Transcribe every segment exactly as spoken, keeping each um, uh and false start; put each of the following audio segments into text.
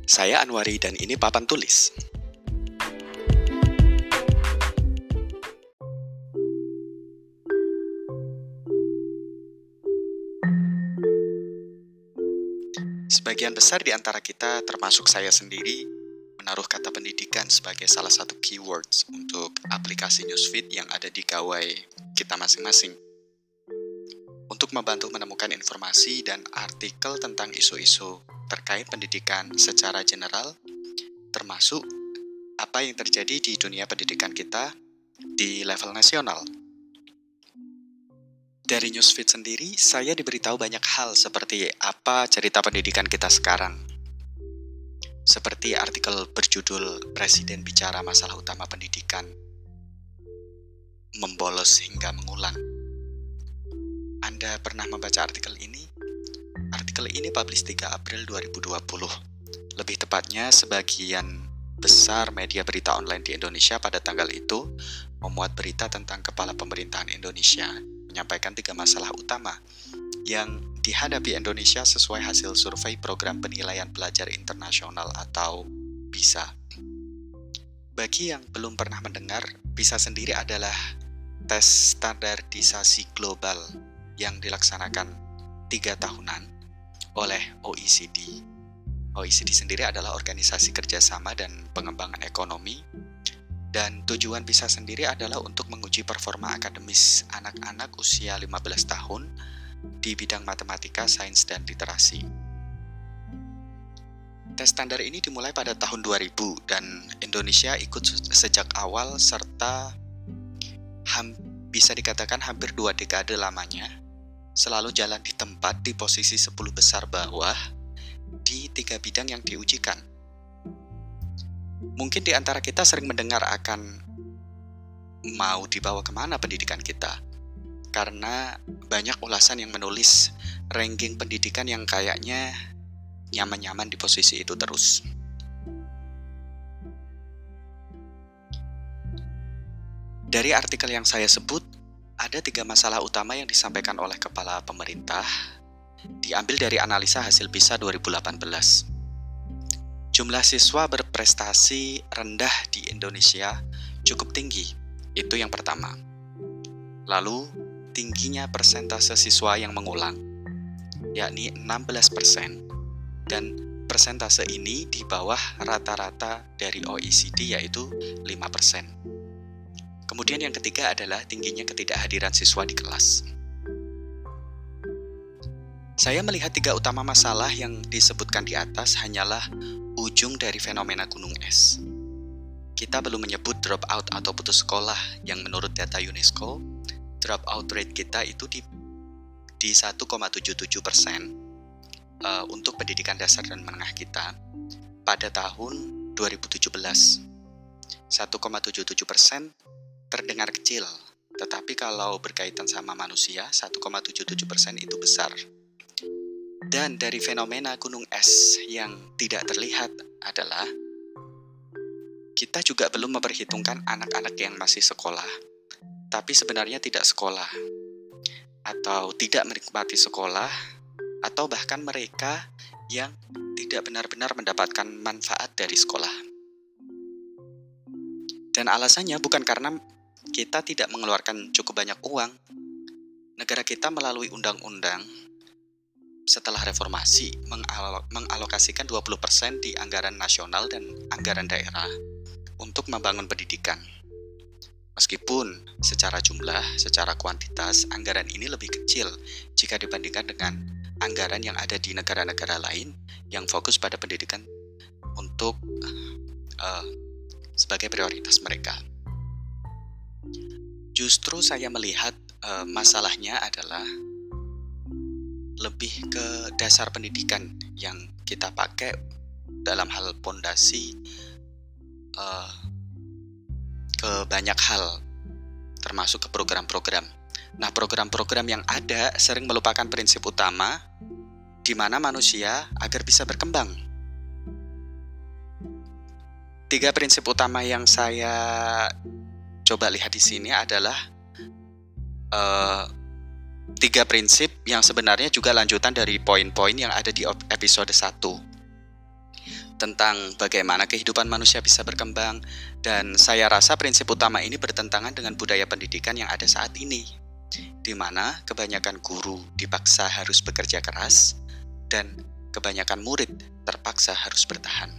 Saya Anwari dan ini Papan Tulis. Sebagian besar di antara kita, termasuk saya sendiri, menaruh kata pendidikan sebagai salah satu keywords untuk aplikasi newsfeed yang ada di gawai kita masing-masing. Untuk membantu menemukan informasi dan artikel tentang isu-isu terkait pendidikan secara general, termasuk apa yang terjadi di dunia pendidikan kita di level nasional. Dari newsfeed sendiri, saya diberitahu banyak hal seperti apa cerita pendidikan kita sekarang. Seperti artikel berjudul Presiden Bicara Masalah Utama Pendidikan, Membolos Hingga Mengulang. Anda pernah membaca artikel ini? Artikel ini publish tiga April dua ribu dua puluh. Lebih tepatnya, sebagian besar media berita online di Indonesia pada tanggal itu memuat berita tentang Kepala Pemerintahan Indonesia menyampaikan tiga masalah utama yang dihadapi Indonesia sesuai hasil survei Program Penilaian Pelajar Internasional atau PISA. Bagi yang belum pernah mendengar, PISA sendiri adalah tes standarisasi global yang dilaksanakan tiga tahunan oleh O E C D. O E C D sendiri adalah Organisasi Kerjasama dan Pengembangan Ekonomi, dan tujuan PISA sendiri adalah untuk menguji performa akademis anak-anak usia lima belas tahun di bidang matematika, sains, dan literasi. Tes standar ini dimulai pada tahun dua ribu dan Indonesia ikut sejak awal serta ham, bisa dikatakan hampir dua dekade lamanya selalu jalan di tempat di posisi sepuluh besar bawah di tiga bidang yang diujikan. Mungkin di antara kita sering mendengar akan mau dibawa kemana pendidikan kita, karena banyak ulasan yang menulis ranking pendidikan yang kayaknya nyaman-nyaman di posisi itu terus. Dari artikel yang saya sebut, ada tiga masalah utama yang disampaikan oleh Kepala Pemerintah, diambil dari analisa hasil PISA dua ribu delapan belas. Jumlah siswa berprestasi rendah di Indonesia cukup tinggi, itu yang pertama. Lalu, tingginya persentase siswa yang mengulang, yakni enam belas persen, dan persentase ini di bawah rata-rata dari O E C D yaitu lima persen. Kemudian yang ketiga adalah tingginya ketidakhadiran siswa di kelas. Saya melihat tiga utama masalah yang disebutkan di atas hanyalah ujung dari fenomena gunung es. Kita belum menyebut dropout atau putus sekolah yang menurut data UNESCO, dropout rate kita itu di, di satu koma tujuh tujuh persen uh, untuk pendidikan dasar dan menengah kita pada tahun dua ribu tujuh belas. satu koma tujuh tujuh persen terdengar kecil, tetapi kalau berkaitan sama manusia, satu koma tujuh tujuh persen itu besar. Dan dari fenomena gunung es yang tidak terlihat adalah kita juga belum memperhitungkan anak-anak yang masih sekolah, tapi sebenarnya tidak sekolah, atau tidak menikmati sekolah, atau bahkan mereka yang tidak benar-benar mendapatkan manfaat dari sekolah. Dan alasannya bukan karena kita tidak mengeluarkan cukup banyak uang. Negara kita melalui undang-undang setelah reformasi mengalo- mengalokasikan dua puluh persen di anggaran nasional dan anggaran daerah untuk membangun pendidikan. Meskipun secara jumlah, secara kuantitas, anggaran ini lebih kecil jika dibandingkan dengan anggaran yang ada di negara-negara lain yang fokus pada pendidikan untuk uh, sebagai prioritas mereka. Justru saya melihat uh, masalahnya adalah lebih ke dasar pendidikan yang kita pakai dalam hal pondasi uh, ke banyak hal, termasuk ke program-program. Nah, program-program yang ada sering melupakan prinsip utama di mana manusia agar bisa berkembang. Tiga prinsip utama yang saya coba lihat di sini adalah uh, tiga prinsip yang sebenarnya juga lanjutan dari poin-poin yang ada di episode satu. tentang bagaimana kehidupan manusia bisa berkembang, dan saya rasa prinsip utama ini bertentangan dengan budaya pendidikan yang ada saat ini, di mana kebanyakan guru dipaksa harus bekerja keras, dan kebanyakan murid terpaksa harus bertahan.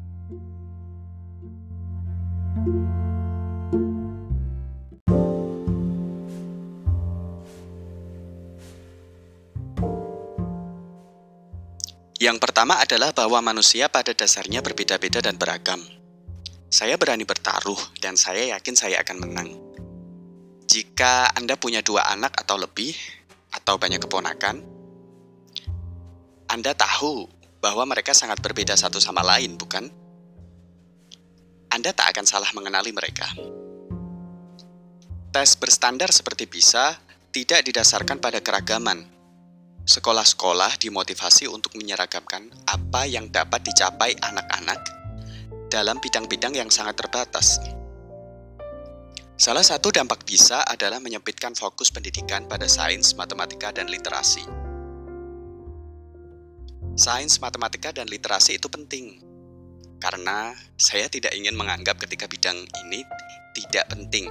Yang pertama adalah bahwa manusia pada dasarnya berbeda-beda dan beragam. Saya berani bertaruh dan saya yakin saya akan menang. Jika Anda punya dua anak atau lebih, atau banyak keponakan, Anda tahu bahwa mereka sangat berbeda satu sama lain, bukan? Anda tak akan salah mengenali mereka. Tes berstandar seperti PISA tidak didasarkan pada keragaman. Sekolah-sekolah dimotivasi untuk menyeragamkan apa yang dapat dicapai anak-anak dalam bidang-bidang yang sangat terbatas. Salah satu dampak PISA adalah menyempitkan fokus pendidikan pada sains, matematika, dan literasi. Sains, matematika, dan literasi itu penting, karena saya tidak ingin menganggap ketika bidang ini tidak penting.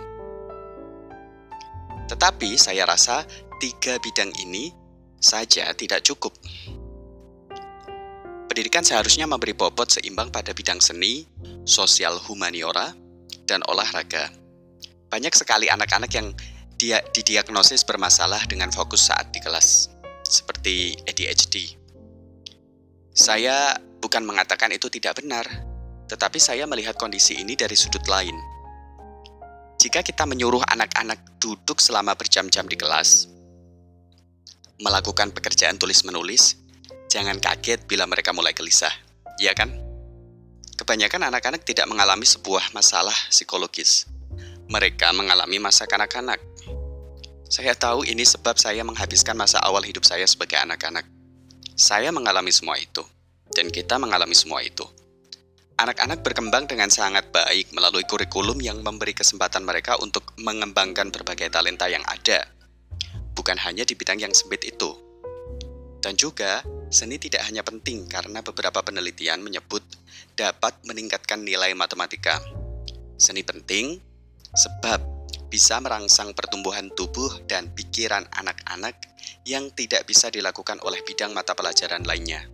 Tetapi saya rasa tiga bidang ini saja tidak cukup. Pendidikan seharusnya memberi bobot seimbang pada bidang seni, sosial humaniora, dan olahraga. Banyak sekali anak-anak yang dia didiagnosis bermasalah dengan fokus saat di kelas, seperti A D H D. Saya bukan mengatakan itu tidak benar, tetapi saya melihat kondisi ini dari sudut lain. Jika kita menyuruh anak-anak duduk selama berjam-jam di kelas, melakukan pekerjaan tulis-menulis, jangan kaget bila mereka mulai gelisah, ya kan? Kebanyakan anak-anak tidak mengalami sebuah masalah psikologis. Mereka mengalami masa kanak-kanak. Saya tahu ini sebab saya menghabiskan masa awal hidup saya sebagai anak-anak. Saya mengalami semua itu, dan kita mengalami semua itu. Anak-anak berkembang dengan sangat baik melalui kurikulum yang memberi kesempatan mereka untuk mengembangkan berbagai talenta yang ada, bukan hanya di bidang yang sempit itu. Dan juga, seni tidak hanya penting karena beberapa penelitian menyebut dapat meningkatkan nilai matematika. Seni penting sebab bisa merangsang pertumbuhan tubuh dan pikiran anak-anak yang tidak bisa dilakukan oleh bidang mata pelajaran lainnya.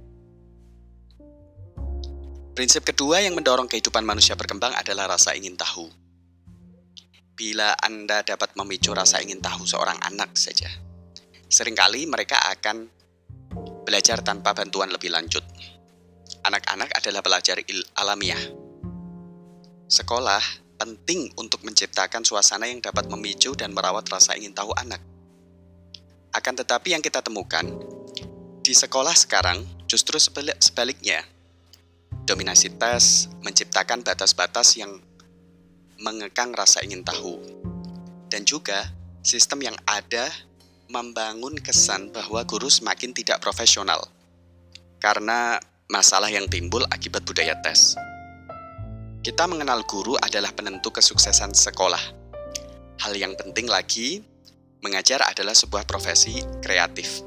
Prinsip kedua yang mendorong kehidupan manusia berkembang adalah rasa ingin tahu. Bila Anda dapat memicu rasa ingin tahu seorang anak saja, seringkali mereka akan belajar tanpa bantuan lebih lanjut. Anak-anak adalah pelajar alamiah. Sekolah penting untuk menciptakan suasana yang dapat memicu dan merawat rasa ingin tahu anak. Akan tetapi yang kita temukan, di sekolah sekarang justru sebaliknya. Dominasi tes menciptakan batas-batas yang mengekang rasa ingin tahu. Dan juga, sistem yang ada membangun kesan bahwa guru semakin tidak profesional karena masalah yang timbul akibat budaya tes. Kita mengenal guru adalah penentu kesuksesan sekolah. Hal yang penting lagi, mengajar adalah sebuah profesi kreatif.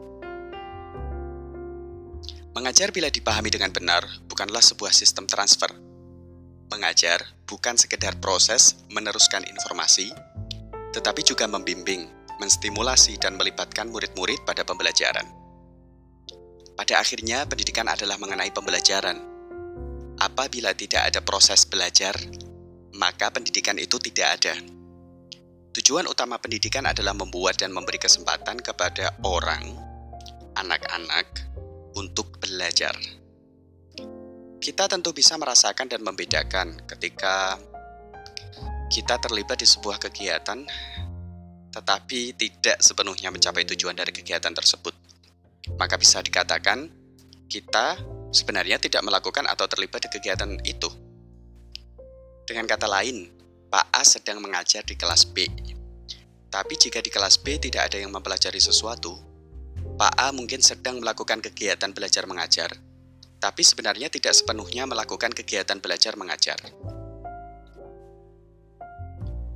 Mengajar bila dipahami dengan benar bukanlah sebuah sistem transfer. Mengajar bukan sekedar proses meneruskan informasi, tetapi juga membimbing, menstimulasi, dan melibatkan murid-murid pada pembelajaran. Pada akhirnya, pendidikan adalah mengenai pembelajaran. Apabila tidak ada proses belajar, maka pendidikan itu tidak ada. Tujuan utama pendidikan adalah membuat dan memberi kesempatan kepada orang, anak-anak, untuk belajar. Kita tentu bisa merasakan dan membedakan ketika kita terlibat di sebuah kegiatan, tetapi tidak sepenuhnya mencapai tujuan dari kegiatan tersebut. Maka bisa dikatakan, kita sebenarnya tidak melakukan atau terlibat di kegiatan itu. Dengan kata lain, Pak A sedang mengajar di kelas B. Tapi jika di kelas B tidak ada yang mempelajari sesuatu, Pak A mungkin sedang melakukan kegiatan belajar mengajar, tapi sebenarnya tidak sepenuhnya melakukan kegiatan belajar mengajar.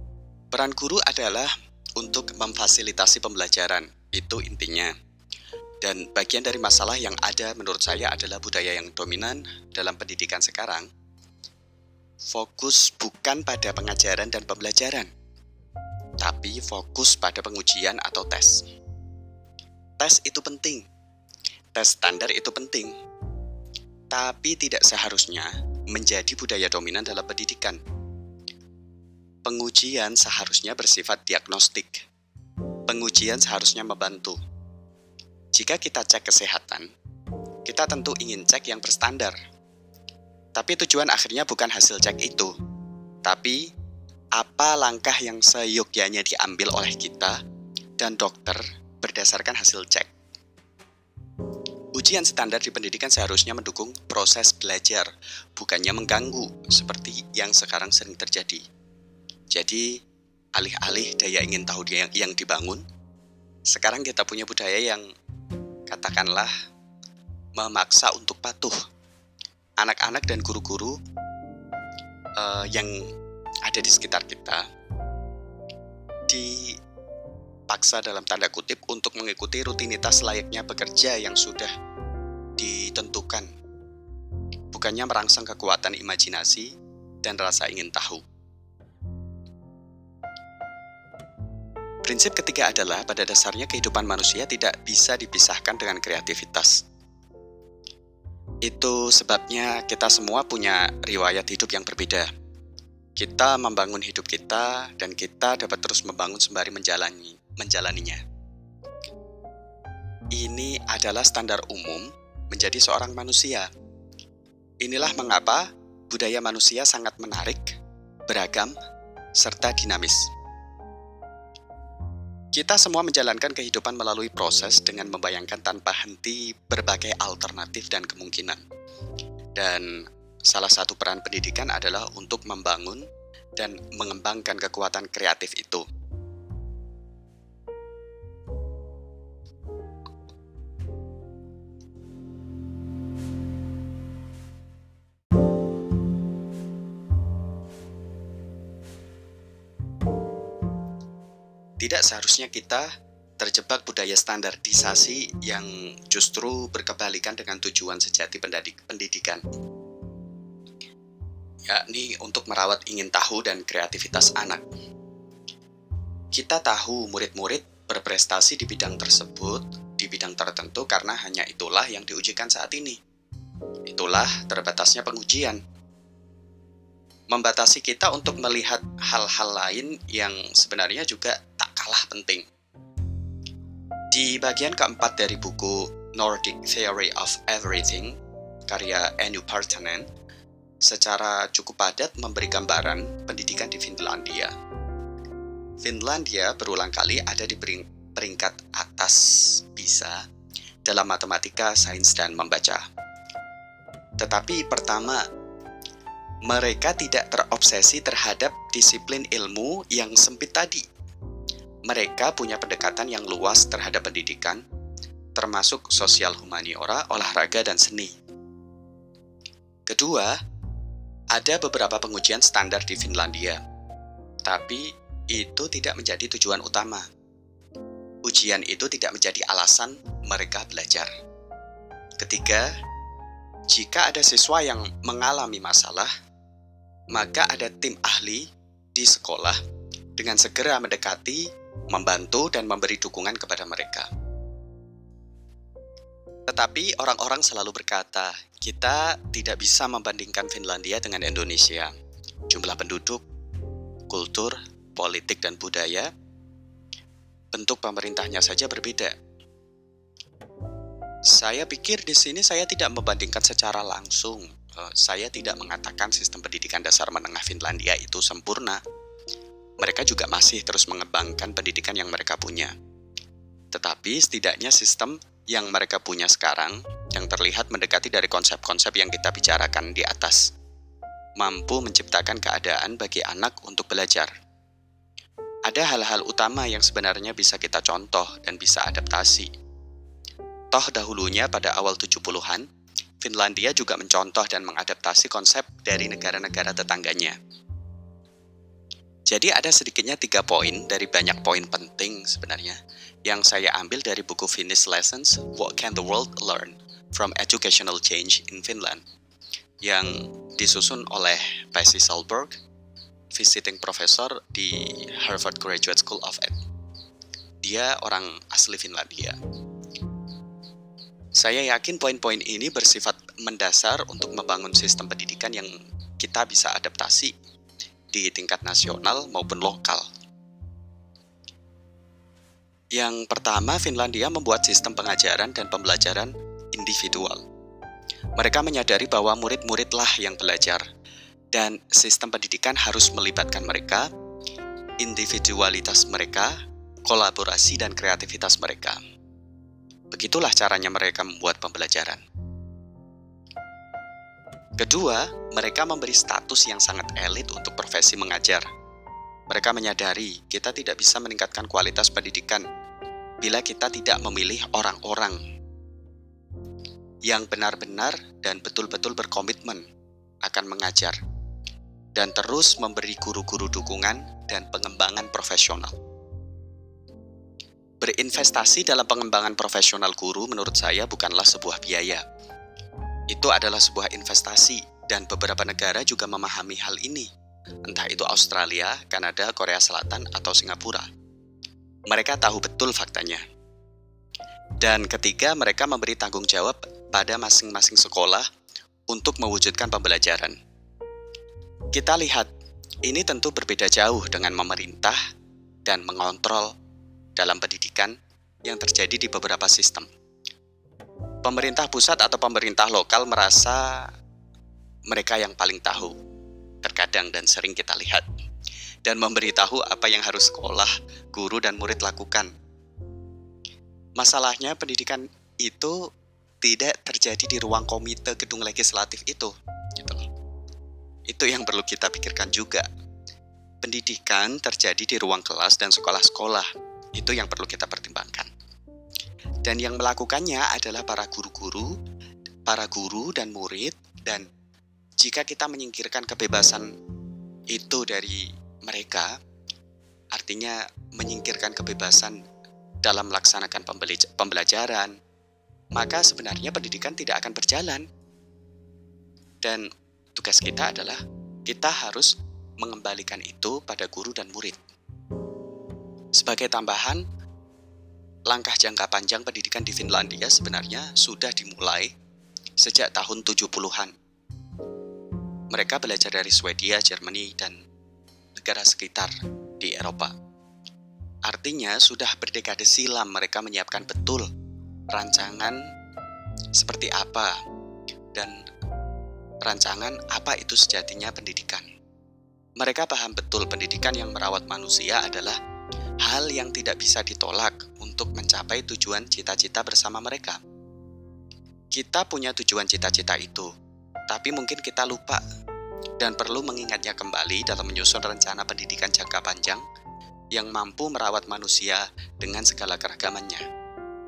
Peran guru adalah untuk memfasilitasi pembelajaran, itu intinya. Dan bagian dari masalah yang ada menurut saya adalah budaya yang dominan dalam pendidikan sekarang. Fokus bukan pada pengajaran dan pembelajaran, tapi fokus pada pengujian atau tes. Tes itu penting, tes standar itu penting, tapi tidak seharusnya menjadi budaya dominan dalam pendidikan. Pengujian seharusnya bersifat diagnostik. Pengujian seharusnya membantu. Jika kita cek kesehatan, kita tentu ingin cek yang berstandar. Tapi tujuan akhirnya bukan hasil cek itu, tapi apa langkah yang seyogyanya diambil oleh kita dan dokter berdasarkan hasil cek. Ujian standar di pendidikan seharusnya mendukung proses belajar, bukannya mengganggu seperti yang sekarang sering terjadi. Jadi, alih-alih daya ingin tahu dia yang, yang dibangun, sekarang kita punya budaya yang katakanlah memaksa untuk patuh. Anak-anak dan guru-guru uh, yang ada di sekitar kita dipaksa dalam tanda kutip untuk mengikuti rutinitas layaknya bekerja yang sudah ditentukan, bukannya merangsang kekuatan imajinasi dan rasa ingin tahu. Prinsip ketiga adalah pada dasarnya kehidupan manusia tidak bisa dipisahkan dengan kreativitas. Itu sebabnya kita semua punya riwayat hidup yang berbeda. Kita membangun hidup kita dan kita dapat terus membangun sembari menjalani, menjalaninya. Ini adalah standar umum menjadi seorang manusia. Inilah mengapa budaya manusia sangat menarik, beragam, serta dinamis. Kita semua menjalankan kehidupan melalui proses dengan membayangkan tanpa henti berbagai alternatif dan kemungkinan. Dan salah satu peran pendidikan adalah untuk membangun dan mengembangkan kekuatan kreatif itu. Tidak seharusnya kita terjebak budaya standarisasi yang justru berkebalikan dengan tujuan sejati pendidikan, yakni untuk merawat ingin tahu dan kreativitas anak. Kita tahu murid-murid berprestasi di bidang tersebut, di bidang tertentu karena hanya itulah yang diujikan saat ini. Itulah terbatasnya pengujian. Membatasi kita untuk melihat hal-hal lain yang sebenarnya juga tak kalah penting. Di bagian keempat dari buku Nordic Theory of Everything, karya Anu Partanen, secara cukup padat memberi gambaran pendidikan di Finlandia. Finlandia berulang kali ada di peringkat atas PISA dalam matematika, sains, dan membaca. Tetapi pertama, mereka tidak terobsesi terhadap disiplin ilmu yang sempit tadi. Mereka punya pendekatan yang luas terhadap pendidikan, termasuk sosial humaniora, olahraga, dan seni. Kedua, ada beberapa pengujian standar di Finlandia, tapi itu tidak menjadi tujuan utama. Ujian itu tidak menjadi alasan mereka belajar. Ketiga, jika ada siswa yang mengalami masalah, maka ada tim ahli di sekolah dengan segera mendekati, membantu, dan memberi dukungan kepada mereka. Tetapi orang-orang selalu berkata, kita tidak bisa membandingkan Finlandia dengan Indonesia. Jumlah penduduk, kultur, politik, dan budaya, bentuk pemerintahnya saja berbeda. Saya pikir di sini saya tidak membandingkan secara langsung. Saya tidak mengatakan sistem pendidikan dasar menengah Finlandia itu sempurna. Mereka juga masih terus mengembangkan pendidikan yang mereka punya. Tetapi setidaknya sistem yang mereka punya sekarang, yang terlihat mendekati dari konsep-konsep yang kita bicarakan di atas, mampu menciptakan keadaan bagi anak untuk belajar. Ada hal-hal utama yang sebenarnya bisa kita contoh dan bisa adaptasi. Toh dahulunya pada awal tujuh puluhan, Finlandia juga mencontoh dan mengadaptasi konsep dari negara-negara tetangganya. Jadi ada sedikitnya tiga poin dari banyak poin penting sebenarnya yang saya ambil dari buku Finnish Lessons, What Can the World Learn from Educational Change in Finland, yang disusun oleh Pasi Sahlberg, visiting professor di Harvard Graduate School of Ed. Dia orang asli Finlandia. Saya yakin poin-poin ini bersifat mendasar untuk membangun sistem pendidikan yang kita bisa adaptasi di tingkat nasional maupun lokal. Yang pertama, Finlandia membuat sistem pengajaran dan pembelajaran individual. Mereka menyadari bahwa murid-muridlah yang belajar, dan sistem pendidikan harus melibatkan mereka, individualitas mereka, kolaborasi dan kreativitas mereka. Begitulah caranya mereka membuat pembelajaran. Kedua, mereka memberi status yang sangat elit untuk profesi mengajar. Mereka menyadari kita tidak bisa meningkatkan kualitas pendidikan bila kita tidak memilih orang-orang yang benar-benar dan betul-betul berkomitmen akan mengajar dan terus memberi guru-guru dukungan dan pengembangan profesional. Berinvestasi dalam pengembangan profesional guru menurut saya bukanlah sebuah biaya. Itu adalah sebuah investasi dan beberapa negara juga memahami hal ini, entah itu Australia, Kanada, Korea Selatan, atau Singapura. Mereka tahu betul faktanya. Dan ketiga, mereka memberi tanggung jawab pada masing-masing sekolah untuk mewujudkan pembelajaran. Kita lihat, ini tentu berbeda jauh dengan memerintah dan mengontrol dalam pendidikan yang terjadi di beberapa sistem. Pemerintah pusat atau pemerintah lokal merasa mereka yang paling tahu, terkadang dan sering kita lihat, dan memberitahu apa yang harus sekolah, guru, dan murid lakukan. Masalahnya pendidikan itu tidak terjadi di ruang komite gedung legislatif itu. Gitu. Itu yang perlu kita pikirkan juga. Pendidikan terjadi di ruang kelas dan sekolah-sekolah. Itu yang perlu kita pertimbangkan. Dan yang melakukannya adalah para guru-guru, para guru dan murid, dan jika kita menyingkirkan kebebasan itu dari mereka, artinya menyingkirkan kebebasan dalam melaksanakan pembelajaran, maka sebenarnya pendidikan tidak akan berjalan. Dan tugas kita adalah kita harus mengembalikan itu pada guru dan murid. Sebagai tambahan, langkah jangka panjang pendidikan di Finlandia sebenarnya sudah dimulai sejak tahun tujuh puluhan. Mereka belajar dari Swedia, Jerman, dan negara sekitar di Eropa. Artinya sudah berdekade silam mereka menyiapkan betul rancangan seperti apa dan rancangan apa itu sejatinya pendidikan. Mereka paham betul pendidikan yang merawat manusia adalah hal yang tidak bisa ditolak untuk mencapai tujuan cita-cita bersama mereka. Kita punya tujuan cita-cita itu, tapi mungkin kita lupa dan perlu mengingatnya kembali dalam menyusun rencana pendidikan jangka panjang yang mampu merawat manusia dengan segala keragamannya.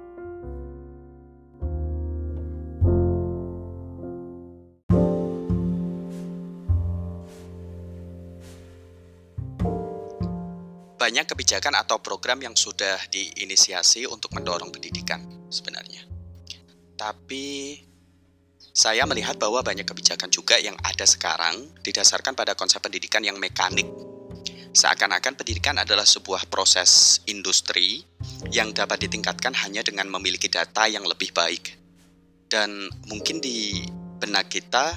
Banyak kebijakan atau program yang sudah diinisiasi untuk mendorong pendidikan sebenarnya. Tapi saya melihat bahwa banyak kebijakan juga yang ada sekarang didasarkan pada konsep pendidikan yang mekanik. Seakan-akan pendidikan adalah sebuah proses industri yang dapat ditingkatkan hanya dengan memiliki data yang lebih baik. Dan mungkin di benak kita,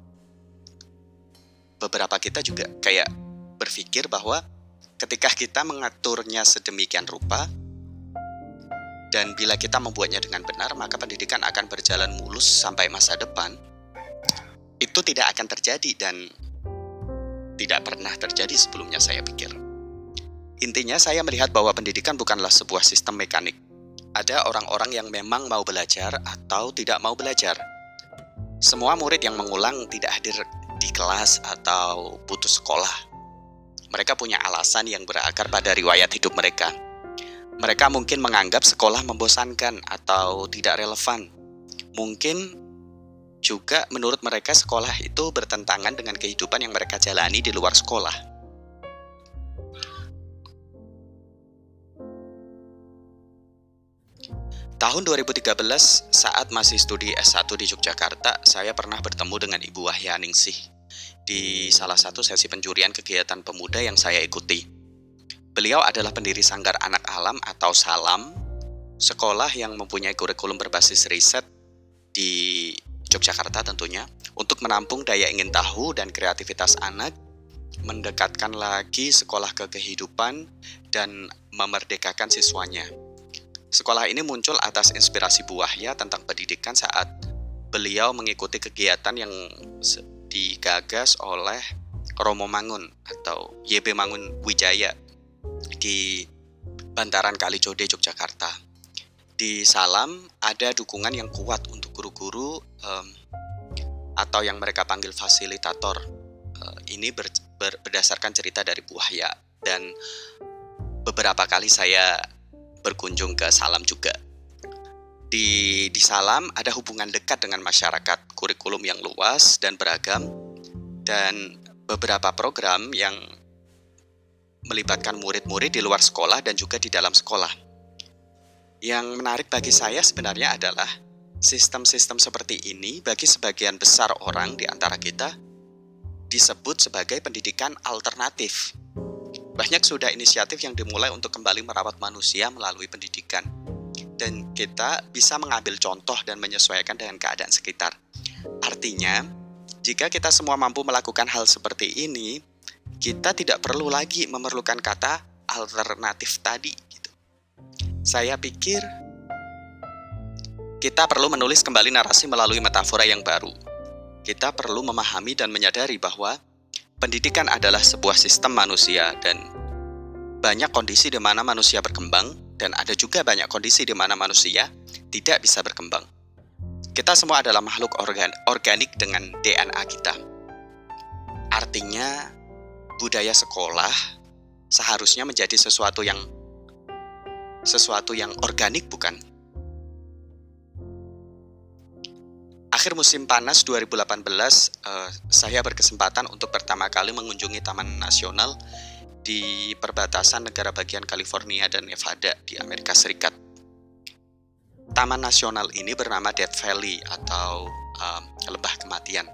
beberapa kita juga kayak berpikir bahwa ketika kita mengaturnya sedemikian rupa, dan bila kita membuatnya dengan benar, maka pendidikan akan berjalan mulus sampai masa depan. Itu tidak akan terjadi dan tidak pernah terjadi sebelumnya, saya pikir. Intinya saya melihat bahwa pendidikan bukanlah sebuah sistem mekanik. Ada orang-orang yang memang mau belajar atau tidak mau belajar. Semua murid yang mengulang tidak hadir di kelas atau putus sekolah. Mereka punya alasan yang berakar pada riwayat hidup mereka. Mereka mungkin menganggap sekolah membosankan atau tidak relevan. Mungkin juga menurut mereka sekolah itu bertentangan dengan kehidupan yang mereka jalani di luar sekolah. Tahun dua ribu tiga belas, saat masih studi S satu di Yogyakarta, saya pernah bertemu dengan Ibu Wahyaningsih di salah satu sesi penjurian kegiatan pemuda yang saya ikuti. Beliau adalah pendiri Sanggar Anak Alam atau SALAM, sekolah yang mempunyai kurikulum berbasis riset di Yogyakarta tentunya, untuk menampung daya ingin tahu dan kreativitas anak, mendekatkan lagi sekolah ke kehidupan, dan memerdekakan siswanya. Sekolah ini muncul atas inspirasi Bu Wahya tentang pendidikan saat beliau mengikuti kegiatan yang digagas oleh Romo Mangun atau Y B Mangun Wijaya di Bantaran Kalijode, Yogyakarta. Di SALAM ada dukungan yang kuat untuk guru-guru um, atau yang mereka panggil fasilitator. Uh, ini ber, ber, berdasarkan cerita dari Bu Wahya, dan beberapa kali saya berkunjung ke SALAM juga. Di, di SALAM ada hubungan dekat dengan masyarakat, kurikulum yang luas dan beragam, dan beberapa program yang melibatkan murid-murid di luar sekolah dan juga di dalam sekolah. Yang menarik bagi saya sebenarnya adalah sistem-sistem seperti ini bagi sebagian besar orang di antara kita disebut sebagai pendidikan alternatif. Banyak sudah inisiatif yang dimulai untuk kembali merawat manusia melalui pendidikan. Dan kita bisa mengambil contoh dan menyesuaikan dengan keadaan sekitar. Artinya, jika kita semua mampu melakukan hal seperti ini, kita tidak perlu lagi memerlukan kata alternatif tadi. Gitu. Saya pikir kita perlu menulis kembali narasi melalui metafora yang baru. Kita perlu memahami dan menyadari bahwa pendidikan adalah sebuah sistem manusia, dan banyak kondisi di mana manusia berkembang, dan ada juga banyak kondisi di mana manusia tidak bisa berkembang. Kita semua adalah makhluk organ, organik dengan D N A kita. Artinya, budaya sekolah seharusnya menjadi sesuatu yang sesuatu yang organik, bukan? Akhir musim panas dua ribu delapan belas, uh, saya berkesempatan untuk pertama kali mengunjungi Taman Nasional di perbatasan negara bagian California dan Nevada di Amerika Serikat. Taman Nasional ini bernama Death Valley atau uh, Lembah Kematian.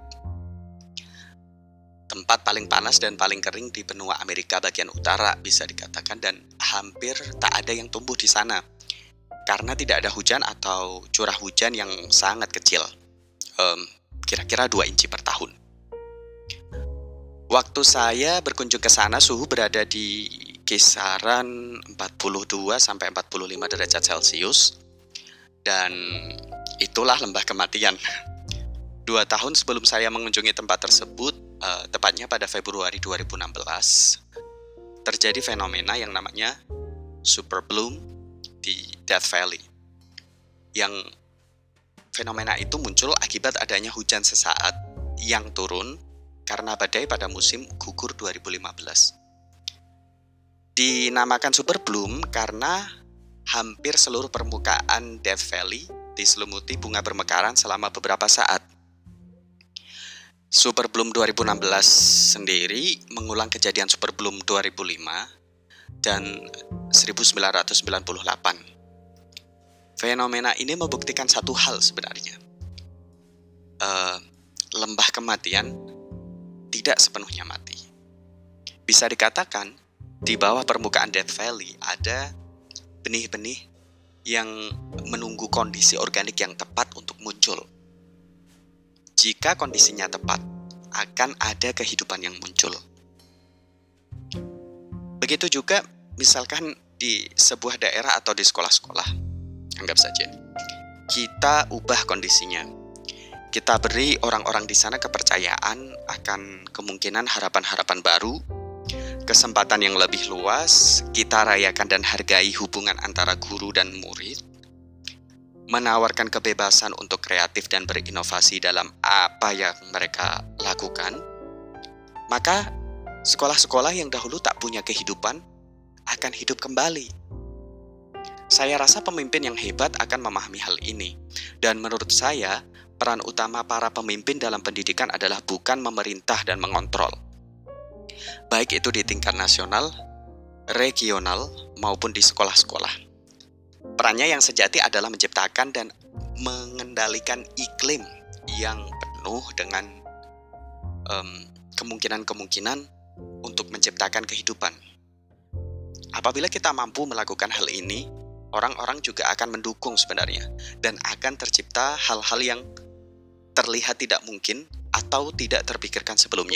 Tempat paling panas dan paling kering di benua Amerika bagian utara bisa dikatakan, dan hampir tak ada yang tumbuh di sana karena tidak ada hujan atau curah hujan yang sangat kecil. Um, kira-kira dua inci per tahun. Waktu saya berkunjung ke sana, suhu berada di kisaran empat puluh dua sampai empat puluh lima derajat Celcius, dan itulah lembah kematian. Dua tahun sebelum saya mengunjungi tempat tersebut, uh, tepatnya pada Februari dua ribu enam belas, terjadi fenomena yang namanya super bloom di Death Valley. Yang fenomena itu muncul akibat adanya hujan sesaat yang turun karena badai pada musim gugur dua ribu lima belas. Dinamakan super bloom karena hampir seluruh permukaan Death Valley diselimuti bunga bermekaran selama beberapa saat. Super bloom dua ribu enam belas sendiri mengulang kejadian super bloom dua ribu lima dan seribu sembilan ratus sembilan puluh delapan. Fenomena ini membuktikan satu hal sebenarnya. Uh, lembah kematian tidak sepenuhnya mati. Bisa dikatakan, di bawah permukaan Death Valley ada benih-benih yang menunggu kondisi organik yang tepat untuk muncul. Jika kondisinya tepat, akan ada kehidupan yang muncul. Begitu juga, misalkan di sebuah daerah atau di sekolah-sekolah, anggap saja, kita ubah kondisinya. Kita beri orang-orang di sana kepercayaan akan kemungkinan harapan-harapan baru, kesempatan yang lebih luas, kita rayakan dan hargai hubungan antara guru dan murid, menawarkan kebebasan untuk kreatif dan berinovasi dalam apa yang mereka lakukan, maka sekolah-sekolah yang dahulu tak punya kehidupan akan hidup kembali. Saya rasa pemimpin yang hebat akan memahami hal ini, dan menurut saya, peran utama para pemimpin dalam pendidikan adalah bukan memerintah dan mengontrol. Baik itu di tingkat nasional, regional, maupun di sekolah-sekolah. Perannya yang sejati adalah menciptakan dan mengendalikan iklim yang penuh dengan um, kemungkinan-kemungkinan untuk menciptakan kehidupan. Apabila kita mampu melakukan hal ini, orang-orang juga akan mendukung sebenarnya, dan akan tercipta hal-hal yang terlihat tidak mungkin atau tidak terpikirkan sebelumnya.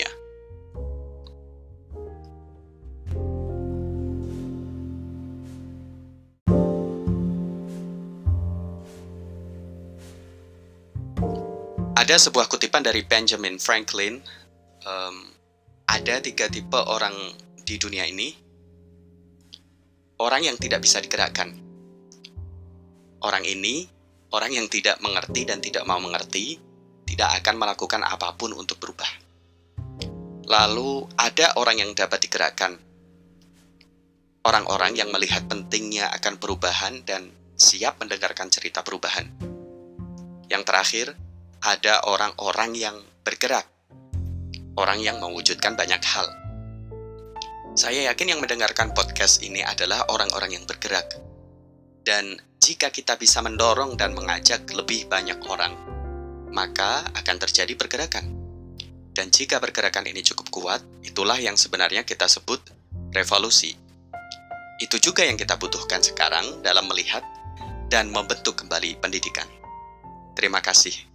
Ada sebuah kutipan dari Benjamin Franklin, um, ada tiga tipe orang di dunia ini. Orang yang tidak bisa digerakkan. Orang ini, orang yang tidak mengerti dan tidak mau mengerti, tidak akan melakukan apapun untuk berubah. Lalu ada orang yang dapat digerakkan. Orang-orang yang melihat pentingnya akan perubahan dan siap mendengarkan cerita perubahan. Yang terakhir, ada orang-orang yang bergerak. Orang yang mewujudkan banyak hal. Saya yakin yang mendengarkan podcast ini adalah orang-orang yang bergerak. Dan jika kita bisa mendorong dan mengajak lebih banyak orang, maka akan terjadi pergerakan. Dan jika pergerakan ini cukup kuat, itulah yang sebenarnya kita sebut revolusi. Itu juga yang kita butuhkan sekarang dalam melihat dan membentuk kembali pendidikan. Terima kasih.